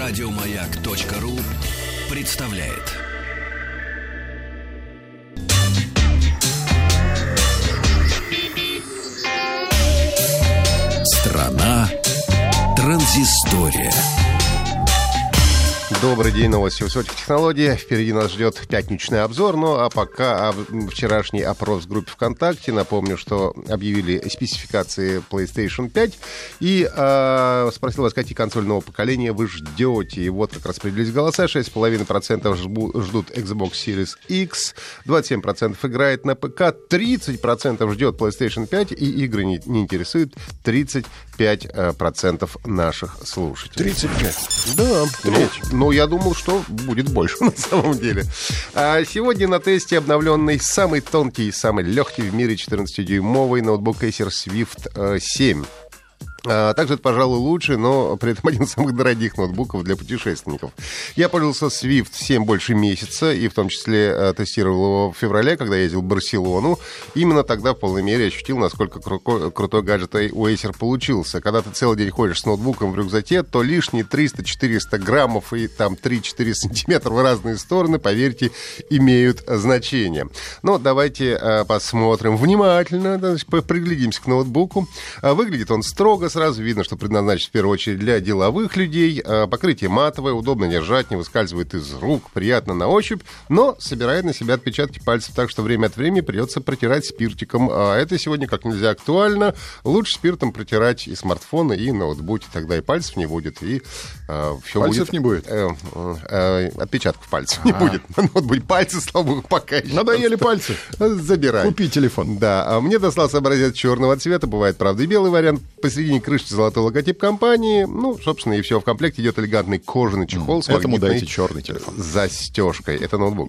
Радиомаяк.ру представляет. Страна транзистория. Добрый день, новости высоких технологий. Впереди нас ждет пятничный обзор. Ну, а пока вчерашний опрос в группе ВКонтакте. Напомню, что объявили спецификации PlayStation 5. И спросил вас, какие консоли нового поколения вы ждете. И вот как распределились голоса. 6,5% ждут Xbox Series X. 27% играет на ПК. 30% ждет PlayStation 5. И игры не интересуют 35% наших слушателей. 35? Да, треть. Ну, я думал, что будет больше на самом деле. Сегодня на тесте обновленный самый тонкий и самый легкий в мире 14-дюймовый ноутбук Acer Swift 7. Также это, пожалуй, лучший, но при этом один из самых дорогих ноутбуков для путешественников. Я пользовался Swift 7 больше месяца, и в том числе тестировал его в феврале, когда ездил в Барселону. Именно тогда в полной мере ощутил, насколько крутой гаджет у Acer получился. Когда ты целый день ходишь с ноутбуком в рюкзаке, то лишние 300-400 граммов и там 3-4 сантиметра в разные стороны, поверьте, имеют значение. Но давайте посмотрим внимательно, приглядимся к ноутбуку. Выглядит он строго. Сразу видно, что предназначен в первую очередь для деловых людей. Покрытие матовое, удобно держать, не выскальзывает из рук, приятно на ощупь, но собирает на себя отпечатки пальцев, так что время от времени придется протирать спиртиком. А это сегодня как нельзя актуально. Лучше спиртом протирать и смартфоны, и ноутбуки. Тогда и пальцев не будет, и все пальцев не будет? Отпечатков пальцев не будет. На ноутбуке пальцы, слава богу, пока еще. Надоели пальцы. Забирай. Купи телефон. Да. Мне достался образец черного цвета. Бывает, правда, и белый вариант. Посередине крышки золотой логотип компании. Ну, собственно, и все. В комплекте идет элегантный кожаный чехол с этому магнитной дайте черный телефон. Застежкой. Это ноутбук.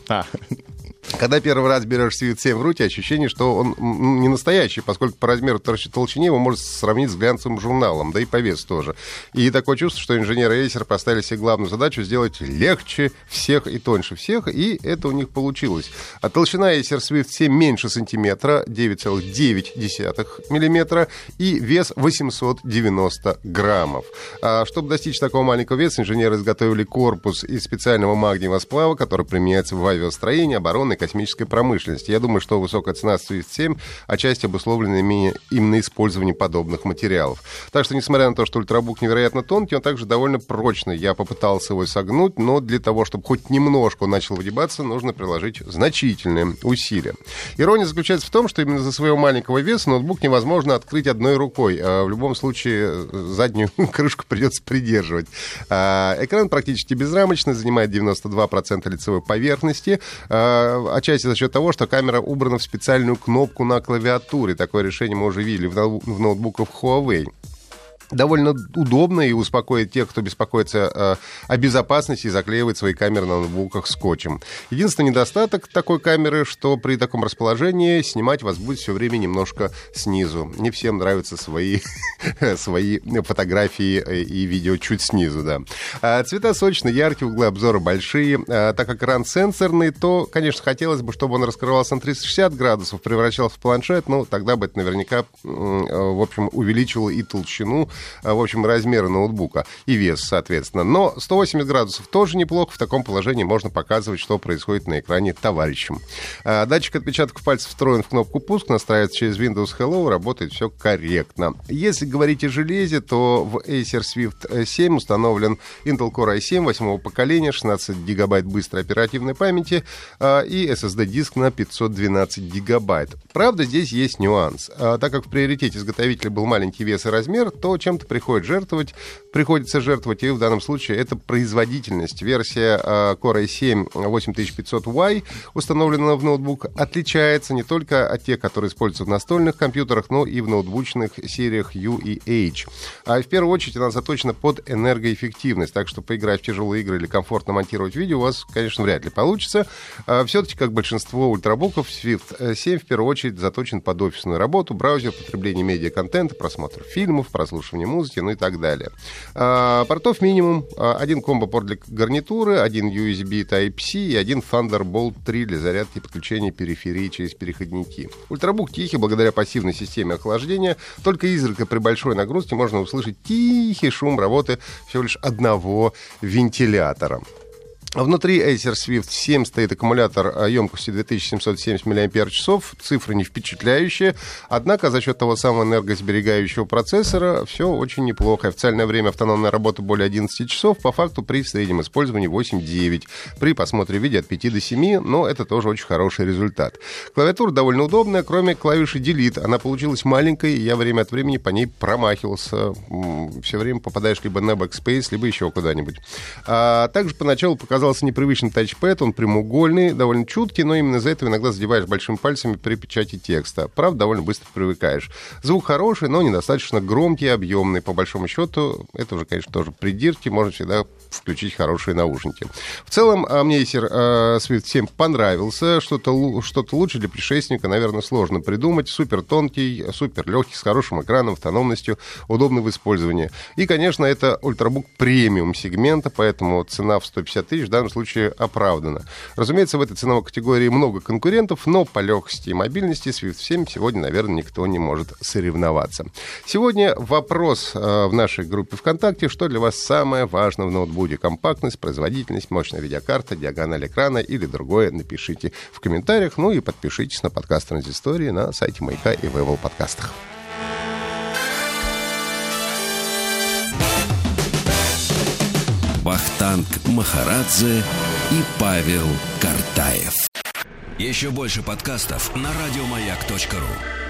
Когда первый раз берешь Swift 7 в руки, ощущение, что он не настоящий, поскольку по размеру толщине его можно сравнить с глянцевым журналом, да и по весу тоже. И такое чувство, что инженеры Acer поставили себе главную задачу сделать легче всех и тоньше всех, и это у них получилось. А толщина Acer Swift 7 меньше сантиметра, 9,9 миллиметра, и вес 890 граммов. Чтобы достичь такого маленького веса, инженеры изготовили корпус из специального магниевого сплава, который применяется в авиастроении, оборонной, космической промышленности. Я думаю, что высокая цена Swift 7 отчасти обусловлена именно использованием подобных материалов. Так что, несмотря на то, что ультрабук невероятно тонкий, он также довольно прочный. Я попытался его согнуть, но для того, чтобы хоть немножко он начал выгибаться, нужно приложить значительные усилия. Ирония заключается в том, что именно из-за своего маленького веса ноутбук невозможно открыть одной рукой. В любом случае, заднюю крышку придется придерживать. Экран практически безрамочный, занимает 92% лицевой поверхности. Отчасти за счет того, что камера убрана в специальную кнопку на клавиатуре. Такое решение мы уже видели в ноутбуках Huawei. Довольно удобно и успокоит тех, кто беспокоится о безопасности и заклеивает свои камеры на ноутбуках скотчем. Единственный недостаток такой камеры, что при таком расположении снимать вас будет все время немножко снизу. Не всем нравятся свои фотографии и видео чуть снизу, да. Цвета сочные, яркие, углы обзора большие. Так как экран сенсорный, то, конечно, хотелось бы, чтобы он раскрывался на 360 градусов, превращался в планшет, но тогда бы это наверняка, в общем, увеличивало и толщину, в общем, размеры ноутбука и вес, соответственно. Но 180 градусов тоже неплохо. В таком положении можно показывать, что происходит на экране товарищам. Датчик отпечатков пальцев встроен в кнопку «Пуск», настраивается через Windows Hello, работает все корректно. Если говорить о железе, то в Acer Swift 7 установлен Intel Core i7 8-го поколения, 16 гигабайт быстрой оперативной памяти и SSD-диск на 512 гигабайт. Правда, здесь есть нюанс. Так как в приоритете изготовителя был маленький вес и размер, то чем-то приходится жертвовать, и в данном случае это производительность. Версия Core i7 8500Y, установленная в ноутбук, отличается не только от тех, которые используются в настольных компьютерах, но и в ноутбучных сериях U и H. А в первую очередь она заточена под энергоэффективность, так что поиграть в тяжелые игры или комфортно монтировать видео у вас, конечно, вряд ли получится. Все-таки, как большинство ультрабуков, Swift 7 в первую очередь заточен под офисную работу, браузер, потребление медиаконтента, просмотр фильмов, прослушивание прослушивания музыки, ну и так далее. Портов минимум. Один комбо-порт для гарнитуры, один USB Type-C и один Thunderbolt 3 для зарядки и подключения периферии через переходники. Ультрабук тихий благодаря пассивной системе охлаждения. Только изредка при большой нагрузке можно услышать тихий шум работы всего лишь одного вентилятора. Внутри Acer Swift 7 стоит аккумулятор емкостью 2770 мАч. Цифры не впечатляющие. Однако за счет того самого энергосберегающего процессора все очень неплохо. Официальное время автономной работы более 11 часов. По факту при среднем использовании 8-9. При просмотре видео от 5 до 7. Но это тоже очень хороший результат. Клавиатура довольно удобная, кроме клавиши Delete. Она получилась маленькой, и я время от времени по ней промахивался. Все время попадаешь либо на Backspace, либо еще куда-нибудь. Также поначалу показалось непривычный тачпэд, он прямоугольный, довольно чуткий, но именно из-за этого иногда задеваешь большими пальцами при печати текста. Правда, довольно быстро привыкаешь. Звук хороший, но недостаточно громкий и объемный. По большому счету, это уже, конечно, тоже придирки, можно всегда включить хорошие наушники. В целом, мне Acer Swift 7 понравился. Что-то лучше для предшественника, наверное, сложно придумать. Супер тонкий, супер легкий, с хорошим экраном, автономностью, удобный в использовании. И, конечно, это ультрабук премиум сегмента, поэтому цена в 150 тысяч в данном случае оправдана. Разумеется, в этой ценовой категории много конкурентов, но по легкости и мобильности Swift 7 сегодня, наверное, никто не может соревноваться. Сегодня вопрос в нашей группе ВКонтакте: что для вас самое важное в ноутбуке? Компактность, производительность, мощная видеокарта, диагональ экрана или другое? Напишите в комментариях, ну и подпишитесь на подкаст Транзистории на сайте Маяка и в Apple подкастах. Вахтанг Махарадзе и Павел Картаев. Еще больше подкастов на радиомаяк.ру.